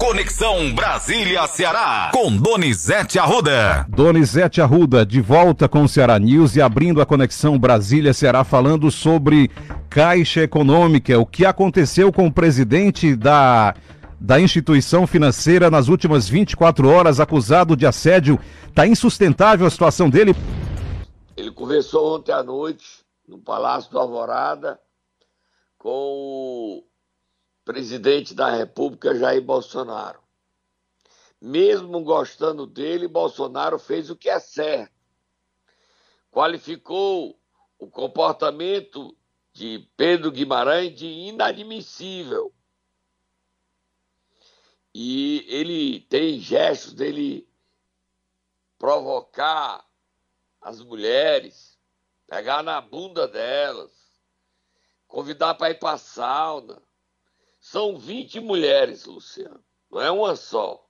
Conexão Brasília-Ceará, com Donizete Arruda. Donizete Arruda, de volta com o Ceará News e abrindo a Conexão Brasília-Ceará, falando sobre Caixa Econômica, o que aconteceu com o presidente da instituição financeira nas últimas 24 horas, acusado de assédio. Está insustentável a situação dele. Ele conversou ontem à noite no Palácio do Alvorada com o presidente da República, Jair Bolsonaro. Mesmo gostando dele, Bolsonaro fez o que é certo. Qualificou o comportamento de Pedro Guimarães de inadmissível. E ele tem gestos dele provocar as mulheres, pegar na bunda delas, convidar para ir para a sauna. São 20 mulheres, Luciano, não é uma só.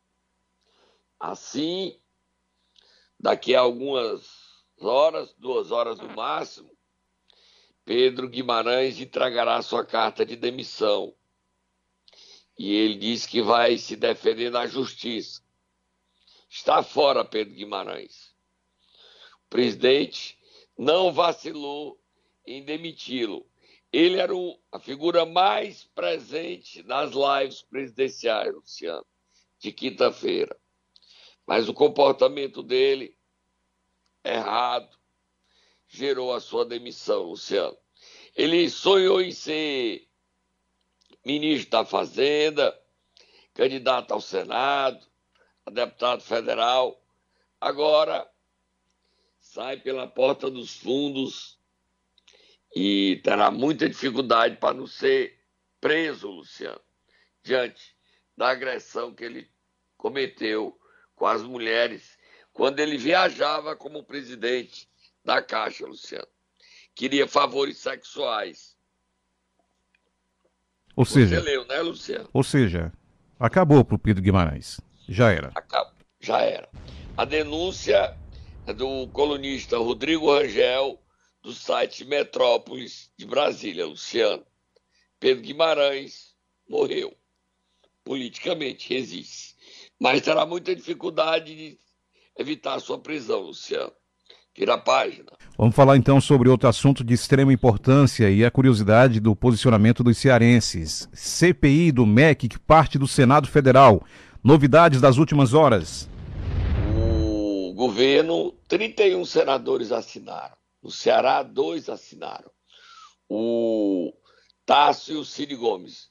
Assim, daqui a algumas horas, 2 horas no máximo, Pedro Guimarães entregará sua carta de demissão. E ele diz que vai se defender na justiça. Está fora Pedro Guimarães. O presidente não vacilou em demiti-lo. Ele era a figura mais presente nas lives presidenciais, Luciano, de quinta-feira. Mas o comportamento dele, errado, gerou a sua demissão, Luciano. Ele sonhou em ser ministro da Fazenda, candidato ao Senado, a deputado federal. Agora sai pela porta dos fundos e terá muita dificuldade para não ser preso, Luciano, diante da agressão que ele cometeu com as mulheres quando ele viajava como presidente da Caixa, Luciano. Queria favores sexuais. Ou seja, você leu, né, Luciano? Ou seja, acabou pro Pedro Guimarães. Já era. Já era. A denúncia é do colunista Rodrigo Rangel, do site Metrópolis de Brasília, Luciano. Pedro Guimarães morreu. Politicamente resiste. Mas terá muita dificuldade de evitar sua prisão, Luciano. Vira a página. Vamos falar então sobre outro assunto de extrema importância e a curiosidade do posicionamento dos cearenses. CPI do MEC, que parte do Senado Federal. Novidades das últimas horas. O governo, 31 senadores assinaram. No Ceará, 2 assinaram. O Tássio e o Ciro Gomes.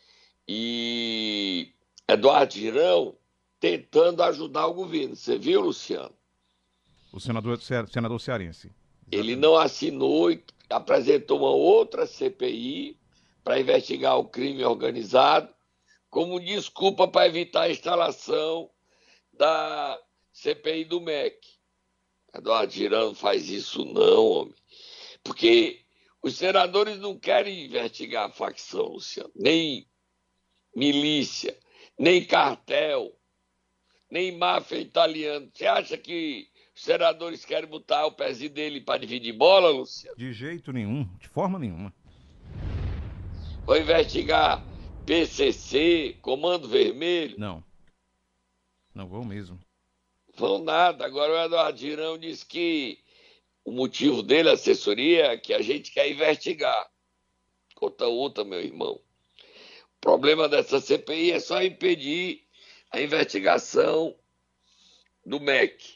E Eduardo Girão tentando ajudar o governo. Você viu, Luciano? O senador cearense. Ele não assinou e apresentou uma outra CPI para investigar o crime organizado como desculpa para evitar a instalação da CPI do MEC. Eduardo Girão não faz isso não, homem. Porque os senadores não querem investigar a facção, Luciano. Nem milícia, nem cartel, nem máfia italiana. Você acha que os senadores querem botar o pezinho dele para dividir bola, Luciano? De jeito nenhum, de forma nenhuma. Vou investigar PCC, Comando Vermelho? Não vão mesmo. Vão nada. Agora o Eduardo Girão disse que o motivo dele, a assessoria, é que a gente quer investigar. Conta outra, meu irmão. O problema dessa CPI é só impedir a investigação do MEC,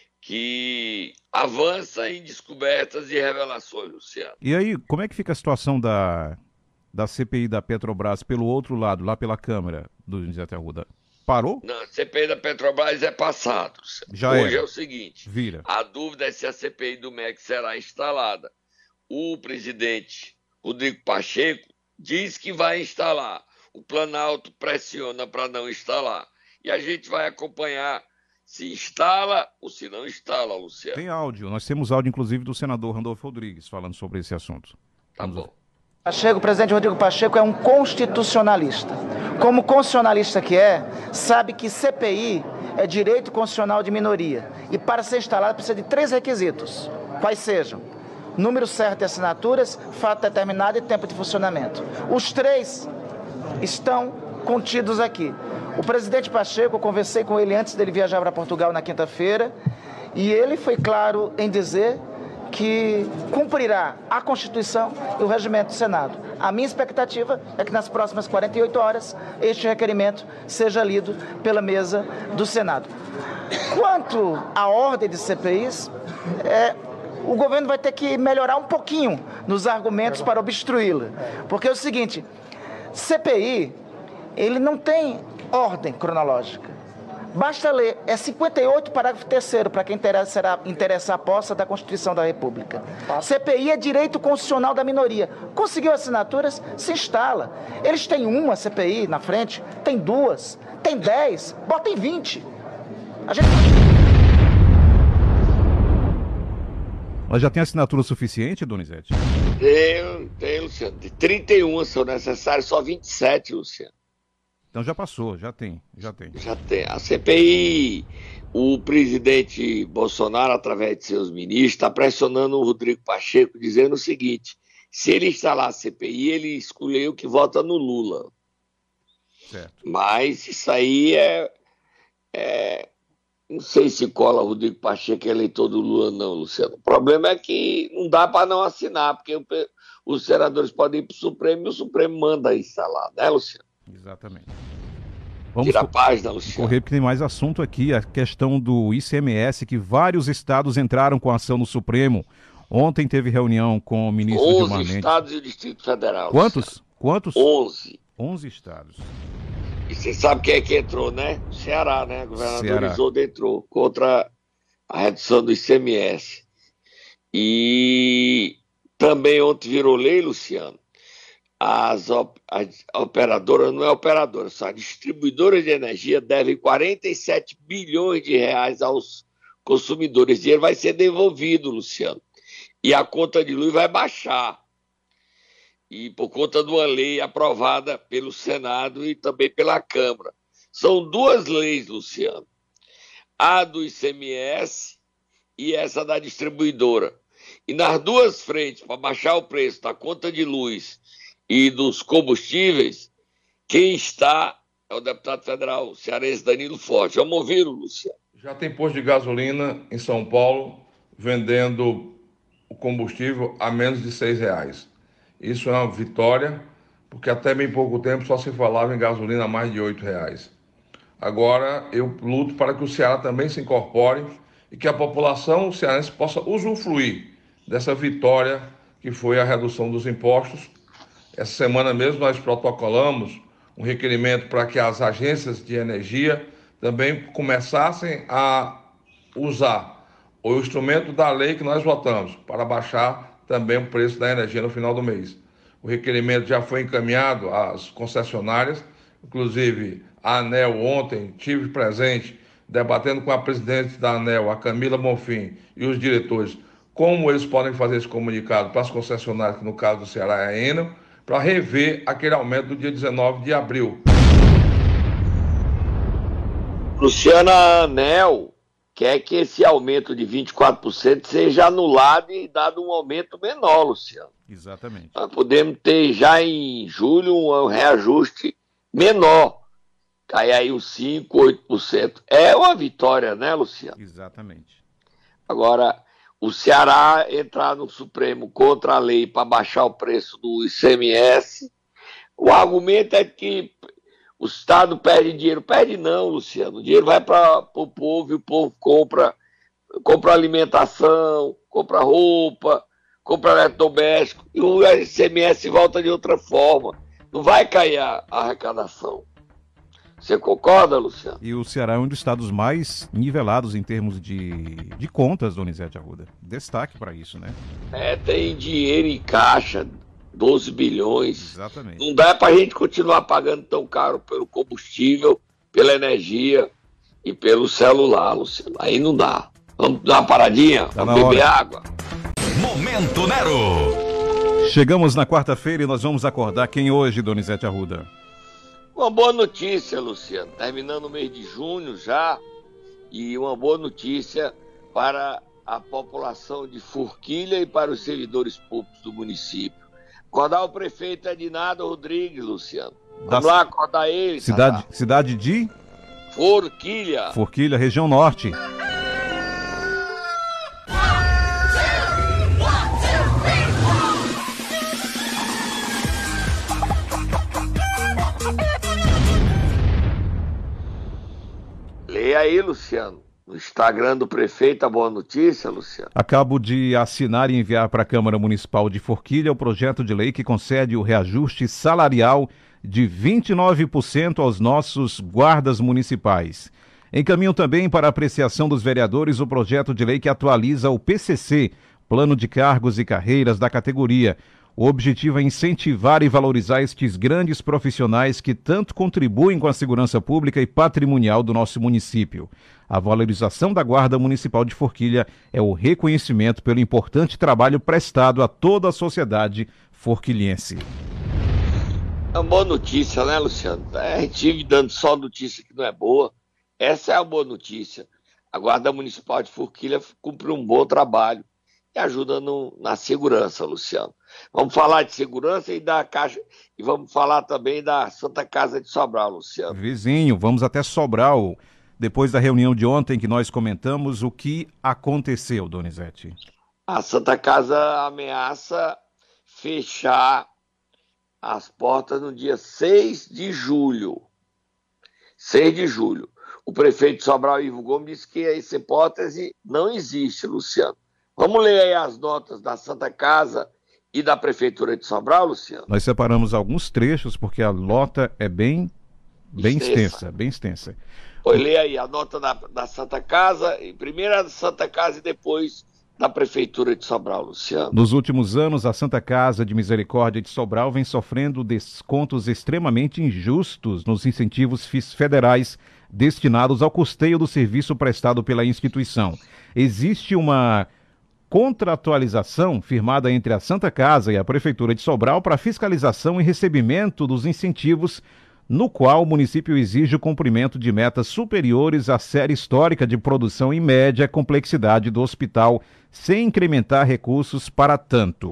que avança em descobertas e revelações, Luciano. E aí, como é que fica a situação da CPI da Petrobras pelo outro lado, lá pela Câmara do Donizete Arruda? Parou? Não, a CPI da Petrobras é passado. Já Hoje era. É o seguinte, Vira. A dúvida é se a CPI do MEC será instalada. O presidente Rodrigo Pacheco diz que vai instalar. O Planalto pressiona para não instalar. E a gente vai acompanhar se instala ou se não instala, Luciano. Tem áudio, nós temos áudio inclusive do senador Randolfo Rodrigues falando sobre esse assunto. Tá bom. O presidente Rodrigo Pacheco é um constitucionalista. Como constitucionalista que é, sabe que CPI é direito constitucional de minoria. E para ser instalada precisa de 3 requisitos. Quais sejam? Número certo de assinaturas, fato determinado e tempo de funcionamento. Os 3 estão contidos aqui. O presidente Pacheco, eu conversei com ele antes dele viajar para Portugal na quinta-feira, e ele foi claro em dizer que cumprirá a Constituição e o regimento do Senado. A minha expectativa é que nas próximas 48 horas este requerimento seja lido pela mesa do Senado. Quanto à ordem de CPIs, o governo vai ter que melhorar um pouquinho nos argumentos para obstruí-la. Porque é o seguinte, CPI, ele não tem ordem cronológica. Basta ler, 58 parágrafo 3º, para quem interessar a posse da Constituição da República. CPI é direito constitucional da minoria. Conseguiu assinaturas, se instala. Eles têm uma CPI na frente, tem 2, tem 10, botem 20. Mas já tem assinatura suficiente, Donizete? Tem, Luciano. De 31 são necessários, só 27, Luciano. Então já passou, já tem. Já tem. A CPI, o presidente Bolsonaro, através de seus ministros, está pressionando o Rodrigo Pacheco, dizendo o seguinte: se ele instalar a CPI, ele escolheu que vota no Lula. Certo. Mas isso aí não sei se cola o Rodrigo Pacheco, eleitor do Lula, não, Luciano. O problema é que não dá para não assinar, porque os senadores podem ir para o Supremo e o Supremo manda instalar, né, Luciano? Exatamente. Tira a página, Luciano. Correr, porque tem mais assunto aqui, a questão do ICMS, que vários estados entraram com ação no Supremo. Ontem teve reunião com o ministro Gilmar Mendes. 11 estados e o Distrito Federal. Quantos? Luciano. Quantos? 11. 11 estados. E você sabe quem é que entrou, né? O Ceará, né? O governador Isoldo entrou contra a redução do ICMS. E também ontem virou lei, Luciano, as operadoras, não é operadora, são as distribuidoras de energia devem 47 bilhões de reais aos consumidores. Esse dinheiro vai ser devolvido, Luciano. E a conta de luz vai baixar. E por conta de uma lei aprovada pelo Senado e também pela Câmara. São duas leis, Luciano. A do ICMS e essa da distribuidora. E nas duas frentes, para baixar o preço da conta de luz e dos combustíveis, quem está é o deputado federal cearense Danilo Forte. Vamos ouvir, Luciano. Já tem posto de gasolina em São Paulo vendendo o combustível a menos de R$6. Isso é uma vitória, porque até bem pouco tempo só se falava em gasolina a mais de R$8. Agora eu luto para que o Ceará também se incorpore e que a população cearense possa usufruir dessa vitória que foi a redução dos impostos. Essa semana mesmo nós protocolamos um requerimento para que as agências de energia também começassem a usar o instrumento da lei que nós votamos para baixar também o preço da energia no final do mês. O requerimento já foi encaminhado às concessionárias, inclusive a ANEEL ontem tive presente debatendo com a presidente da ANEEL, a Camila Bonfim, e os diretores, como eles podem fazer esse comunicado para as concessionárias, que no caso do Ceará é a Enel, para rever aquele aumento do dia 19 de abril. Luciana, a ANEEL quer que esse aumento de 24% seja anulado e dado um aumento menor, Luciano. Exatamente. Nós podemos ter já em julho um reajuste menor. Cai aí uns 5%, 8%. É uma vitória, né, Luciano? Exatamente. Agora, o Ceará entrar no Supremo contra a lei para baixar o preço do ICMS, o argumento é que o Estado perde dinheiro. Perde não, Luciano. O dinheiro vai para o povo e o povo compra alimentação, compra roupa, compra eletrodoméstico e o ICMS volta de outra forma. Não vai cair a arrecadação. Você concorda, Luciano? E o Ceará é um dos estados mais nivelados em termos de contas, Donizete Arruda. Destaque para isso, né? Tem dinheiro em caixa, 12 bilhões. Exatamente. Não dá para a gente continuar pagando tão caro pelo combustível, pela energia e pelo celular, Luciano. Aí não dá. Vamos dar uma paradinha, vamos beber água. Momento Nero. Chegamos na quarta-feira e nós vamos acordar quem hoje, Donizete Arruda? Uma boa notícia, Luciano. Terminando o mês de junho já. E uma boa notícia para a população de Forquilha e para os servidores públicos do município. Acordar o prefeito Edinardo Rodrigues, Luciano. Vamos lá acordar ele. Cidade de? Forquilha. Forquilha, região norte. Leia aí, Luciano. No Instagram do prefeito, a boa notícia, Luciano. Acabo de assinar e enviar para a Câmara Municipal de Forquilha o projeto de lei que concede o reajuste salarial de 29% aos nossos guardas municipais. Encaminho também para apreciação dos vereadores o projeto de lei que atualiza o PCC, Plano de Cargos e Carreiras da categoria. O objetivo é incentivar e valorizar estes grandes profissionais que tanto contribuem com a segurança pública e patrimonial do nosso município. A valorização da Guarda Municipal de Forquilha é o reconhecimento pelo importante trabalho prestado a toda a sociedade forquilhense. É uma boa notícia, né, Luciano? A gente vive dando só notícia que não é boa. Essa é a boa notícia. A Guarda Municipal de Forquilha cumpre um bom trabalho e ajuda na segurança, Luciano. Vamos falar de segurança e da Caixa, e vamos falar também da Santa Casa de Sobral, Luciano. Vizinho, vamos até Sobral. Depois da reunião de ontem que nós comentamos, o que aconteceu, Donizete? A Santa Casa ameaça fechar as portas no dia 6 de julho. 6 de julho. O prefeito de Sobral, Ivo Gomes, disse que essa hipótese não existe, Luciano. Vamos ler aí as notas da Santa Casa e da Prefeitura de Sobral, Luciano? Nós separamos alguns trechos, porque a nota é bem extensa. Pois lê aí a nota da Santa Casa, primeiro a da Santa Casa e depois da Prefeitura de Sobral, Luciano. Nos últimos anos, a Santa Casa de Misericórdia de Sobral vem sofrendo descontos extremamente injustos nos incentivos federais destinados ao custeio do serviço prestado pela instituição. Existe uma contratualização firmada entre a Santa Casa e a Prefeitura de Sobral para fiscalização e recebimento dos incentivos, no qual o município exige o cumprimento de metas superiores à série histórica de produção e média complexidade do hospital, sem incrementar recursos para tanto.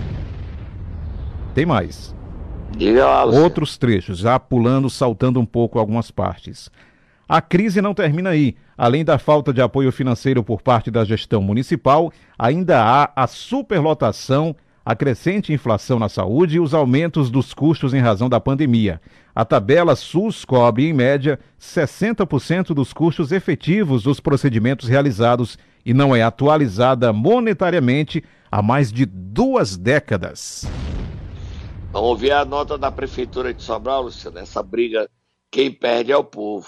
Tem mais. Diga lá, Luciano. Outros trechos, já pulando, saltando um pouco algumas partes. A crise não termina aí. Além da falta de apoio financeiro por parte da gestão municipal, ainda há a superlotação, a crescente inflação na saúde e os aumentos dos custos em razão da pandemia. A tabela SUS cobre, em média, 60% dos custos efetivos dos procedimentos realizados e não é atualizada monetariamente há mais de 2 décadas. Vamos ouvir a nota da Prefeitura de Sobral, Luciano. Essa briga, quem perde é o povo.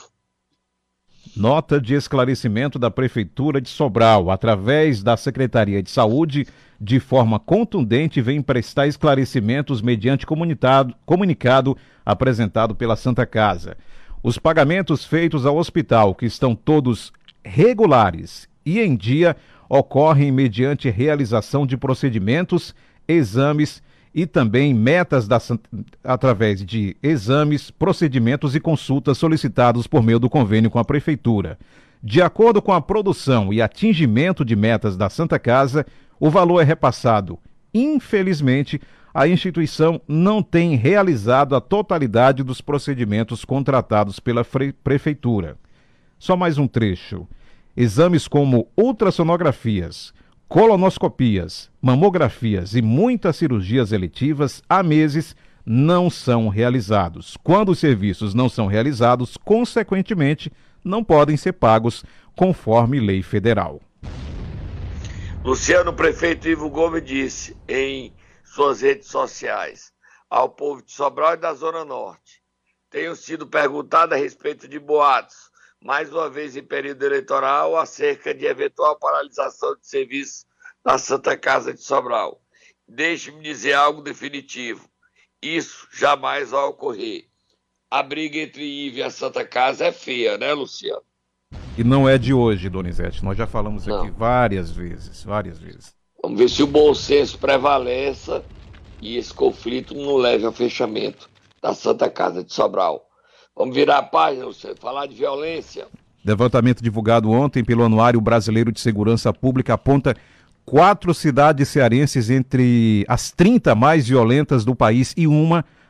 Nota de esclarecimento da Prefeitura de Sobral, através da Secretaria de Saúde, de forma contundente, vem prestar esclarecimentos mediante comunicado apresentado pela Santa Casa. Os pagamentos feitos ao hospital, que estão todos regulares e em dia, ocorrem mediante realização de procedimentos, exames e também metas através de exames, procedimentos e consultas solicitados por meio do convênio com a Prefeitura. De acordo com a produção e atingimento de metas da Santa Casa, o valor é repassado. Infelizmente, a instituição não tem realizado a totalidade dos procedimentos contratados pela Prefeitura. Só mais um trecho. Exames como ultrassonografias, colonoscopias, mamografias e muitas cirurgias eletivas há meses não são realizados. Quando os serviços não são realizados, consequentemente, não podem ser pagos conforme lei federal. Luciano, o prefeito Ivo Gomes disse em suas redes sociais ao povo de Sobral e da Zona Norte: tenho sido perguntado a respeito de boatos, mais uma vez em período eleitoral, acerca de eventual paralisação de serviços na Santa Casa de Sobral. Deixe-me dizer algo definitivo: isso jamais vai ocorrer. A briga entre Ivo e a Santa Casa é feia, né, Luciano? E não é de hoje, Donizete. Nós já falamos aqui várias vezes. Vamos ver se o bom senso prevaleça e esse conflito não leve ao fechamento da Santa Casa de Sobral. Vamos virar a página, Luciano, falar de violência. Levantamento divulgado ontem pelo Anuário Brasileiro de Segurança Pública aponta 4 cidades cearenses entre as 30 mais violentas do país e uma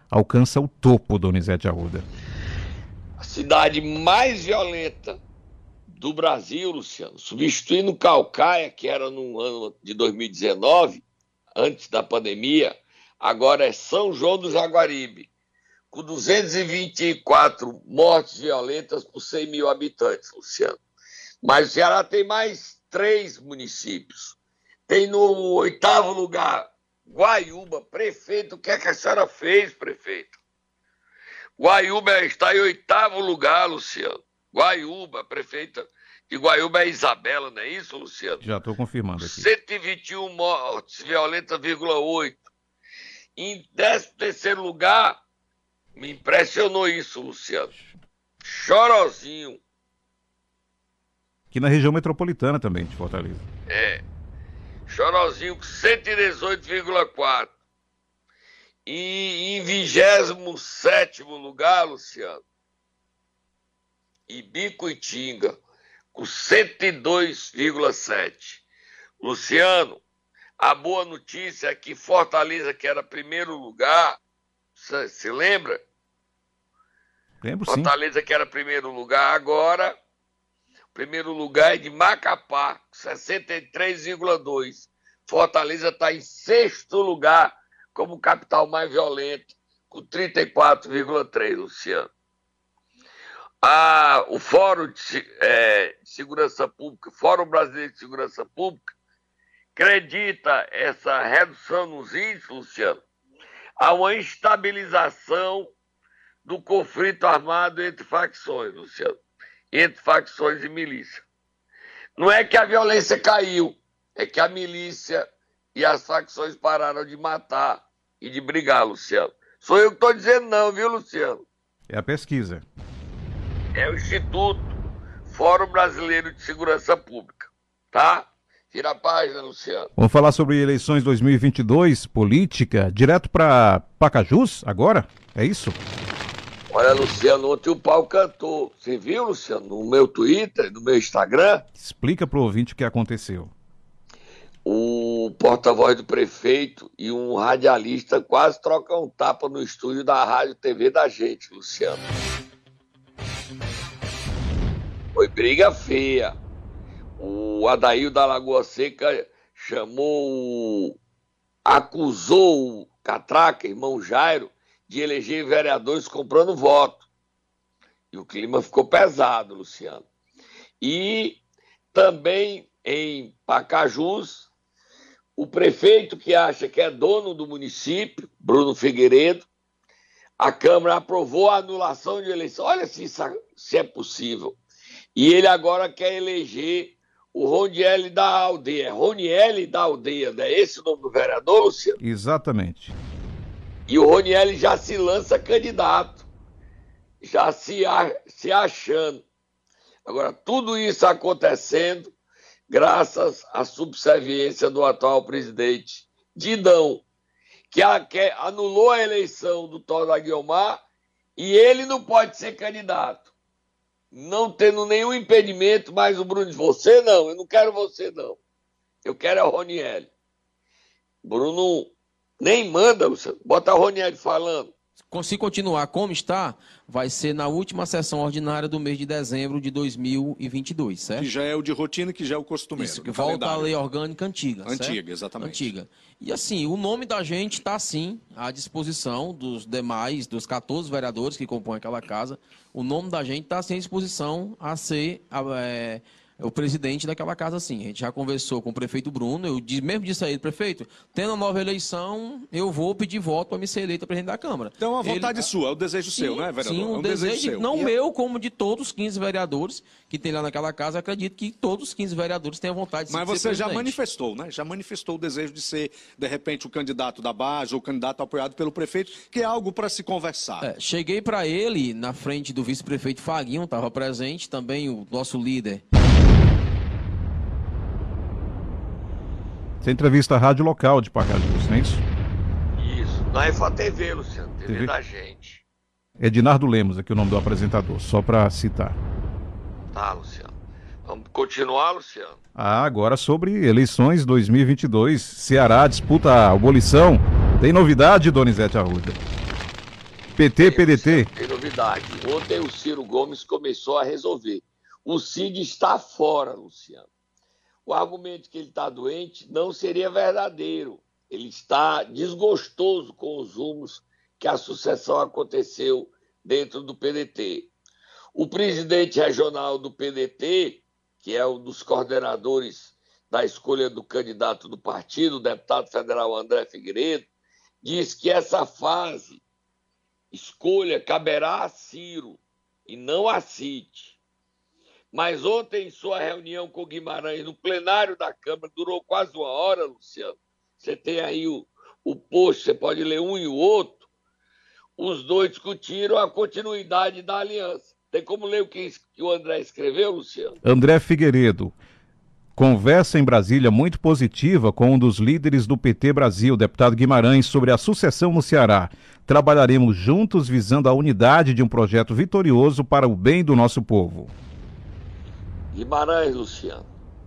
alcança o topo, Donizete Arruda. A cidade mais violenta do Brasil, Luciano, substituindo Caucaia, que era no ano de 2019, antes da pandemia, agora é São João do Jaguaribe, com 224 mortes violentas por 100 mil habitantes, Luciano. Mas o Ceará tem mais 3 municípios. Tem no 8º lugar Guaiúba. Prefeito, o que é que a senhora fez, prefeito? Guaiúba está em 8º lugar, Luciano. Guaiúba, prefeita de Guaiúba é Isabela, não é isso, Luciano? Já estou confirmando aqui. 121 mortes violentas, 8. Em 13º lugar, me impressionou isso, Luciano. Chorozinho. Aqui na região metropolitana também, de Fortaleza. Chorozinho com 118,4. E em 27º lugar, Luciano, Ibicoitinga, com 102,7. Luciano, a boa notícia é que Fortaleza, que era primeiro lugar, se lembra? Lembro, sim. Fortaleza, que era primeiro lugar, agora o primeiro lugar é de Macapá, com 63,2. Fortaleza está em 6º lugar como capital mais violenta, com 34,3, Luciano. O Fórum de Segurança Pública, Fórum Brasileiro de Segurança Pública, acredita essa redução nos índices, Luciano, a uma estabilização do conflito armado entre facções, Luciano, entre facções e milícia. Não é que a violência caiu, é que a milícia e as facções pararam de matar e de brigar, Luciano. Sou eu que estou dizendo não, viu, Luciano? É a pesquisa. É o Instituto Fórum Brasileiro de Segurança Pública, tá? Vira a página, Luciano. Vamos falar sobre eleições 2022, política, direto para Pacajus agora? É isso? Olha, Luciano, ontem o pau cantou. Você viu, Luciano, no meu Twitter, no meu Instagram? Explica pro ouvinte o que aconteceu. O porta-voz do prefeito e um radialista quase trocam um tapa no estúdio da Rádio TV da gente, Luciano. Foi briga feia. O Adail da Lagoa Seca acusou o Catraca, irmão Jairo, de eleger vereadores comprando voto. E o clima ficou pesado, Luciano. E também em Pacajus, o prefeito que acha que é dono do município, Bruno Figueiredo, a Câmara aprovou a anulação de eleição. Olha se é possível. E ele agora quer eleger o Ronieli da Aldeia. Ronieli da Aldeia, não é esse o nome do vereador, Luciano? Exatamente. E o Ronieli já se lança candidato, já se achando. Agora, tudo isso acontecendo graças à subserviência do atual presidente Didão, que anulou a eleição do Thor da Guiomar e ele não pode ser candidato. Não tendo nenhum impedimento, mas o Bruno diz, você não, eu não quero você não. Eu quero a Ronieli. Bruno nem manda, Luciano. Bota a Ronieli falando. Se continuar como está, vai ser na última sessão ordinária do mês de dezembro de 2022, certo? Que já é o de rotina, que já é o costumeiro. Isso, que volta à lei orgânica antiga, certo? Antiga, exatamente. Antiga. E assim, o nome da gente está sim à disposição dos demais, dos 14 vereadores que compõem aquela casa. O nome da gente está sim à disposição a ser o presidente daquela casa, sim. A gente já conversou com o prefeito Bruno, mesmo disse a ele, prefeito, tendo a nova eleição, eu vou pedir voto para me ser eleito presidente da Câmara. Então a vontade sua, é o desejo seu, sim, né, vereador? Sim, um desejo seu. Não meu, como de todos os 15 vereadores que tem lá naquela casa. Acredito que todos os 15 vereadores têm a vontade de ser presidente. Mas você já manifestou, né? Já manifestou o desejo de ser, de repente, o candidato da base ou o candidato apoiado pelo prefeito, que é algo para se conversar. Cheguei para ele, na frente do vice-prefeito Faguinho, estava presente, também o nosso líder. Você entrevista a rádio local de Pacajus, não é isso? Isso. Não é só TV, Luciano. TV da gente. Ednardo Lemos, aqui o nome do apresentador, só para citar. Tá, Luciano. Vamos continuar, Luciano? Agora sobre eleições 2022. Ceará disputa a abolição. Tem novidade, Donizete Arruda? PT, PDT. Tem novidade. Ontem o Ciro Gomes começou a resolver. O Cid está fora, Luciano. O argumento que ele está doente não seria verdadeiro. Ele está desgostoso com os rumos que a sucessão aconteceu dentro do PDT. O presidente regional do PDT, que é um dos coordenadores da escolha do candidato do partido, o deputado federal André Figueiredo, diz que essa fase, escolha, caberá a Ciro e não a Cid. Mas ontem, em sua reunião com o Guimarães, no plenário da Câmara, durou quase 1 hora, Luciano. Você tem aí o post, você pode ler um e o outro. Os dois discutiram a continuidade da aliança. Tem como ler o que o André escreveu, Luciano? André Figueiredo. Conversa em Brasília muito positiva com um dos líderes do PT Brasil, deputado Guimarães, sobre a sucessão no Ceará. Trabalharemos juntos visando a unidade de um projeto vitorioso para o bem do nosso povo. Guimarães, Luciano.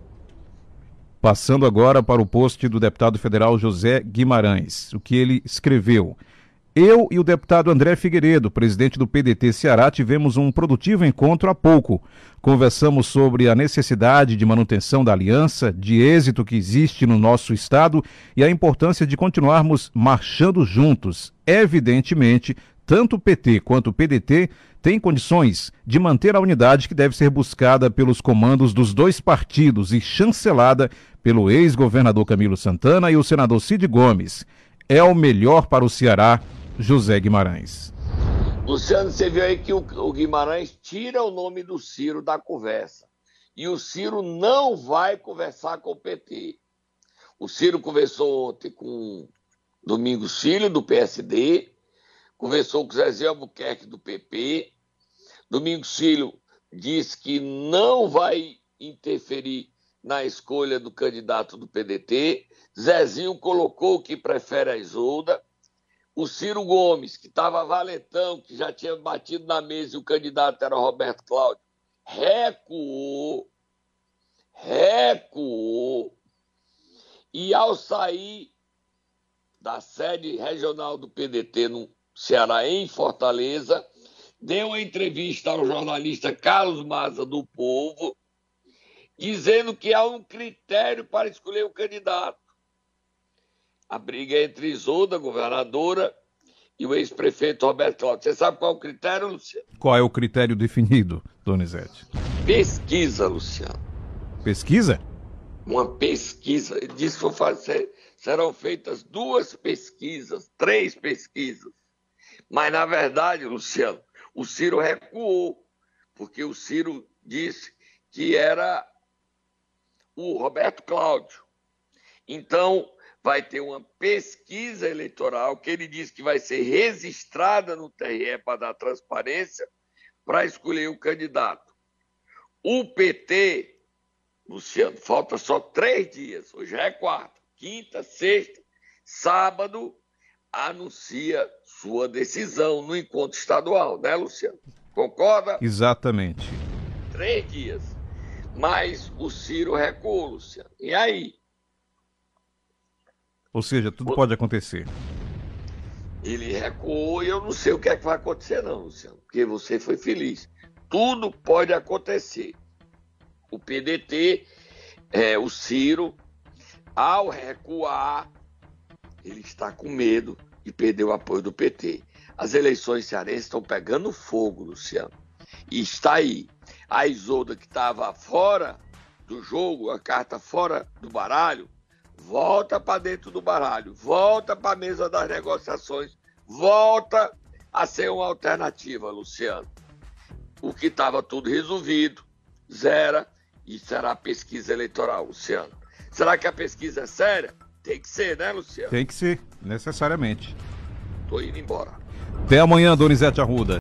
Passando agora para o post do deputado federal José Guimarães, o que ele escreveu. Eu e o deputado André Figueiredo, presidente do PDT Ceará, tivemos um produtivo encontro há pouco. Conversamos sobre a necessidade de manutenção da aliança, de êxito que existe no nosso estado e a importância de continuarmos marchando juntos. Evidentemente, tanto o PT quanto o PDT têm condições de manter a unidade que deve ser buscada pelos comandos dos dois partidos e chancelada pelo ex-governador Camilo Santana e o senador Cid Gomes. É o melhor para o Ceará, José Guimarães. Luciano, você viu aí que o Guimarães tira o nome do Ciro da conversa. E o Ciro não vai conversar com o PT. O Ciro conversou ontem com Domingos Filho, do PSD, conversou com Zezé Albuquerque, do PP. Domingos Filho disse que não vai interferir na escolha do candidato do PDT. Zezinho colocou que prefere a Isolda. O Ciro Gomes, que estava valetão, que já tinha batido na mesa e o candidato era o Roberto Cláudio, recuou. E ao sair da sede regional do PDT no Ceará, em Fortaleza, deu uma entrevista ao jornalista Carlos Maza do Povo, dizendo que há um critério para escolher o candidato. A briga é entre Isolda, governadora, e o ex-prefeito Roberto Cláudio. Você sabe qual é o critério, Luciano? Qual é o critério definido, Donizete? Pesquisa, Luciano. Pesquisa? Uma pesquisa. Ele disse que serão feitas 2 pesquisas, 3 pesquisas. Mas, na verdade, Luciano, o Ciro recuou, porque o Ciro disse que era o Roberto Cláudio. Então, vai ter uma pesquisa eleitoral que ele diz que vai ser registrada no TRE para dar transparência para escolher o candidato. O PT, Luciano, falta só 3 dias. Hoje é quarta, quinta, sexta, sábado, anuncia sua decisão no encontro estadual, né, Luciano? Concorda? Exatamente. 3 dias. Mas o Ciro recuou, Luciano. E aí? Ou seja, tudo pode acontecer. Ele recuou e eu não sei o que é que vai acontecer não, Luciano, porque você foi feliz. Tudo pode acontecer. O PDT, o Ciro, ao recuar, ele está com medo de perder o apoio do PT. As eleições cearenses estão pegando fogo, Luciano. E está aí. A Isolda, que estava fora do jogo, a carta fora do baralho, volta para dentro do baralho, volta para a mesa das negociações, volta a ser uma alternativa, Luciano. O que estava tudo resolvido, zera, e será pesquisa eleitoral, Luciano. Será que a pesquisa é séria? Tem que ser, né, Luciano? Tem que ser, necessariamente. Tô indo embora. Até amanhã, Donizete Arruda.